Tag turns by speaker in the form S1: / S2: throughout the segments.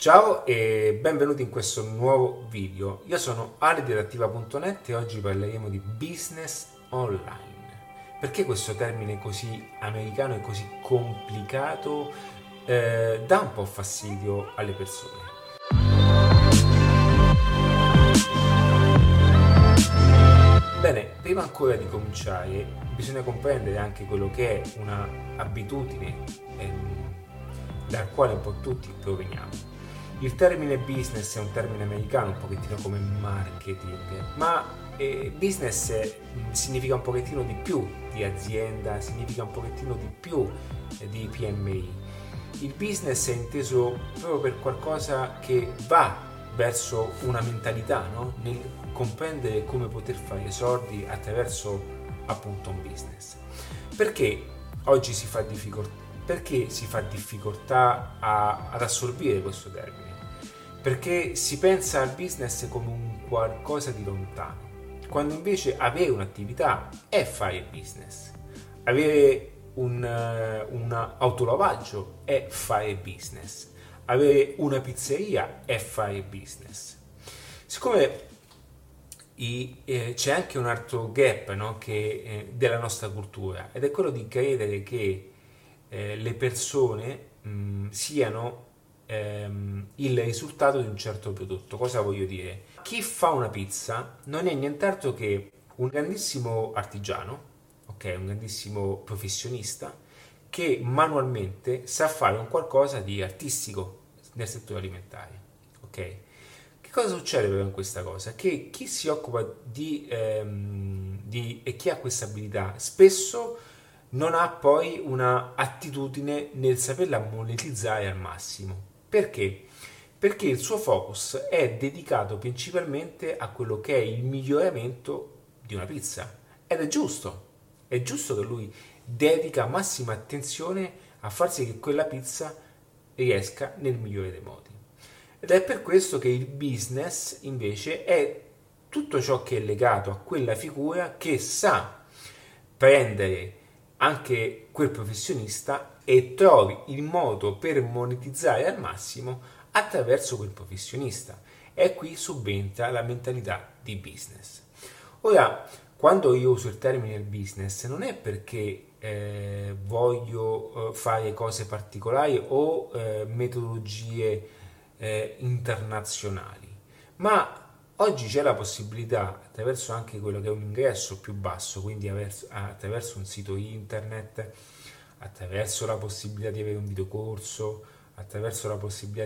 S1: Ciao e benvenuti in questo nuovo video. Io sono Ale di Adattiva.net e oggi parleremo di business online. Perché questo termine così americano e così complicato dà un po' fastidio alle persone? Bene, prima ancora di cominciare bisogna comprendere anche quello che è una abitudine dal quale un po' tutti proveniamo. Il termine business è un termine americano, un pochettino come marketing, ma business significa un pochettino di più di azienda, significa un pochettino di più di PMI. Il business è inteso proprio per qualcosa che va verso una mentalità, no? Nel comprendere come poter fare soldi attraverso appunto un business. Perché oggi si fa difficoltà? Perché si fa difficoltà ad assorbire questo termine? Perché si pensa al business come un qualcosa di lontano, quando invece avere un'attività è fare business. Avere un autolavaggio è fare business. Avere una pizzeria è fare business. Siccome c'è anche un altro gap, no, della nostra cultura, ed è quello di credere che le persone siano il risultato di un certo prodotto. Cosa voglio dire? Chi fa una pizza non è nient'altro che un grandissimo artigiano, ok, un grandissimo professionista che manualmente sa fare un qualcosa di artistico nel settore alimentare, ok? Che cosa succede però in questa cosa? Che chi si occupa e chi ha questa abilità spesso non ha poi una attitudine nel saperla monetizzare al massimo. Perché? Perché il suo focus è dedicato principalmente a quello che è il miglioramento di una pizza. Ed è giusto che lui dedica massima attenzione a far sì che quella pizza riesca nel migliore dei modi. Ed è per questo che il business invece è tutto ciò che è legato a quella figura che sa prendere anche quel professionista e trovi il modo per monetizzare al massimo attraverso quel professionista. E qui subentra la mentalità di business. Ora, quando io uso il termine business non è perché voglio fare cose particolari o metodologie internazionali, ma oggi c'è la possibilità, attraverso anche quello che è un ingresso più basso, quindi attraverso un sito internet, attraverso la possibilità di avere un videocorso, attraverso la possibilità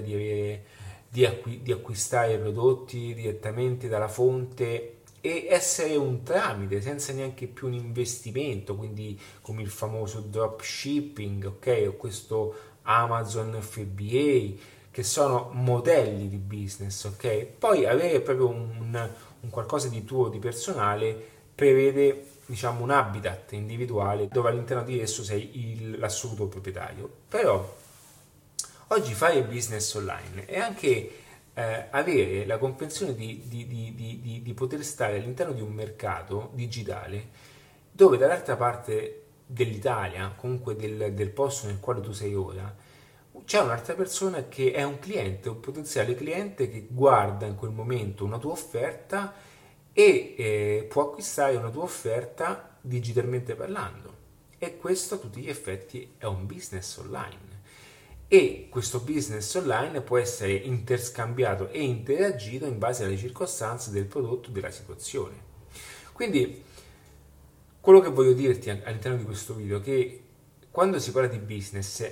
S1: di acquistare prodotti direttamente dalla fonte e essere un tramite senza neanche più un investimento, quindi come il famoso dropshipping, ok, o questo Amazon FBA, che sono modelli di business, ok? Poi avere proprio un qualcosa di tuo, di personale, prevede diciamo un habitat individuale dove all'interno di esso sei l'assoluto proprietario. Però oggi fare business online è anche avere la comprensione di poter stare all'interno di un mercato digitale dove dall'altra parte dell'Italia, comunque del posto nel quale tu sei ora, c'è un'altra persona che è un cliente, un potenziale cliente che guarda in quel momento una tua offerta e può acquistare una tua offerta digitalmente parlando. E questo a tutti gli effetti è un business online. E questo business online può essere interscambiato e interagito in base alle circostanze del prodotto, della situazione. Quindi quello che voglio dirti all'interno di questo video è che quando si parla di business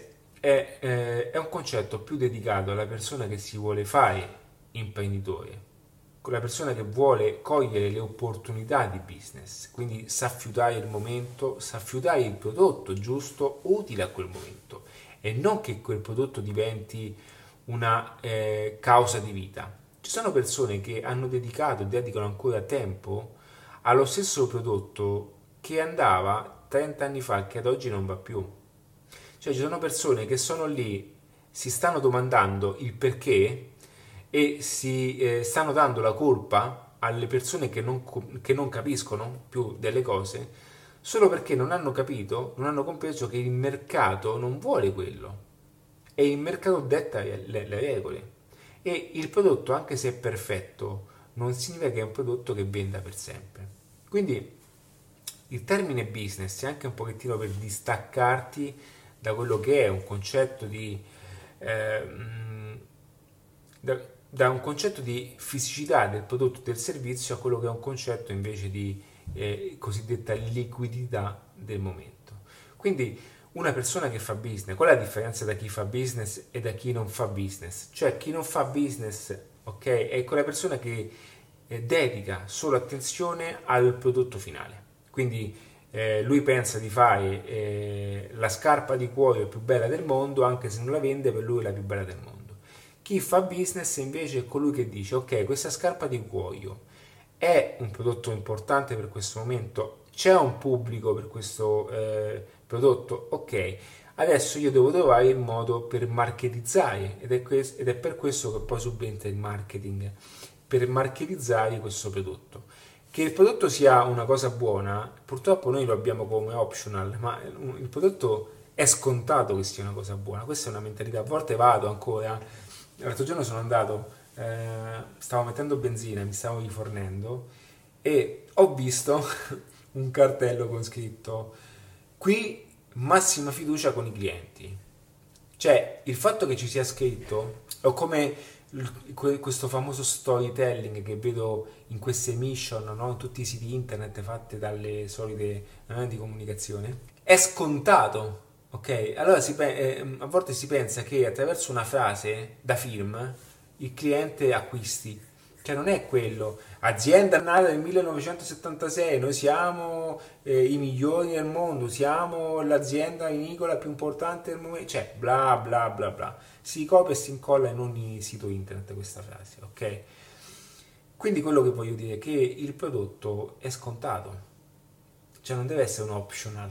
S1: è un concetto più dedicato alla persona che si vuole fare imprenditore, la persona che vuole cogliere le opportunità di business, quindi sa fiutare il momento, sa fiutare il prodotto giusto, utile a quel momento, e non che quel prodotto diventi una causa di vita. Ci sono persone che hanno dedicato e dedicano ancora tempo allo stesso prodotto che andava 30 anni fa e che ad oggi non va più. Cioè ci sono persone che sono lì, si stanno domandando il perché e si stanno dando la colpa alle persone che non capiscono più delle cose solo perché non hanno capito, non hanno compreso che il mercato non vuole quello e il mercato detta le regole. e il prodotto, anche se è perfetto, non significa che è un prodotto che venda per sempre. Quindi il termine business è anche un pochettino per distaccarti da quello che è un concetto di da un concetto di fisicità del prodotto e del servizio a quello che è un concetto invece di cosiddetta liquidità del momento. Quindi una persona che fa business, qual è la differenza da chi fa business e da chi non fa business? Cioè chi non fa business, ok, è quella persona che dedica solo attenzione al prodotto finale. Quindi lui pensa di fare la scarpa di cuoio più bella del mondo, anche se non la vende, per lui è la più bella del mondo. Chi fa business invece è colui che dice: ok, questa scarpa di cuoio è un prodotto importante per questo momento, c'è un pubblico per questo prodotto, ok, adesso io devo trovare il modo per marketizzare ed è per questo che poi subentra il marketing, per marketizzare questo prodotto. Che il prodotto sia una cosa buona, purtroppo noi lo abbiamo come optional, ma il prodotto è scontato che sia una cosa buona. Questa è una mentalità. A volte vado ancora. L'altro giorno sono andato, stavo mettendo benzina, mi stavo rifornendo e ho visto un cartello con scritto: qui massima fiducia con i clienti. Cioè, il fatto che ci sia scritto è come questo famoso storytelling che vedo in queste mission, no? In tutti i siti internet fatti dalle solite di comunicazione. È scontato, ok? Allora a volte si pensa che attraverso una frase da film il cliente acquisti. Cioè non è quello. Azienda nata nel 1976, noi siamo i migliori del mondo, siamo l'azienda agricola più importante del momento, cioè bla bla bla bla. Si copia e si incolla in ogni sito internet questa frase, ok? Quindi quello che voglio dire è che il prodotto è scontato, cioè non deve essere un optional,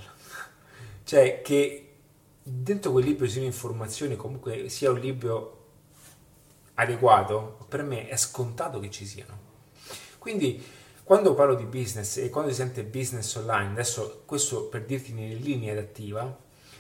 S1: cioè che dentro quel libro ci siano informazioni, comunque sia un libro adeguato, per me è scontato che ci siano. Quindi quando parlo di business e quando si sente business online, adesso questo per dirti nelle linee d'atttiva,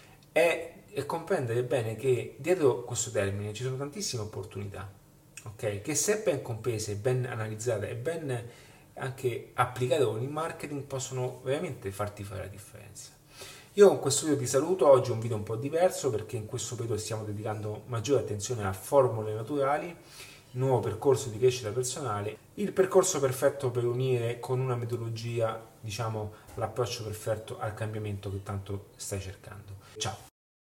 S1: è comprendere bene che dietro questo termine ci sono tantissime opportunità, ok? Che se ben comprese, ben analizzate e ben anche applicate con il marketing possono veramente farti fare la differenza. Io con questo video ti saluto, oggi è un video un po' diverso perché in questo periodo stiamo dedicando maggiore attenzione a formule naturali, nuovo percorso di crescita personale, il percorso perfetto per unire con una metodologia, diciamo, l'approccio perfetto al cambiamento che tanto stai cercando. Ciao!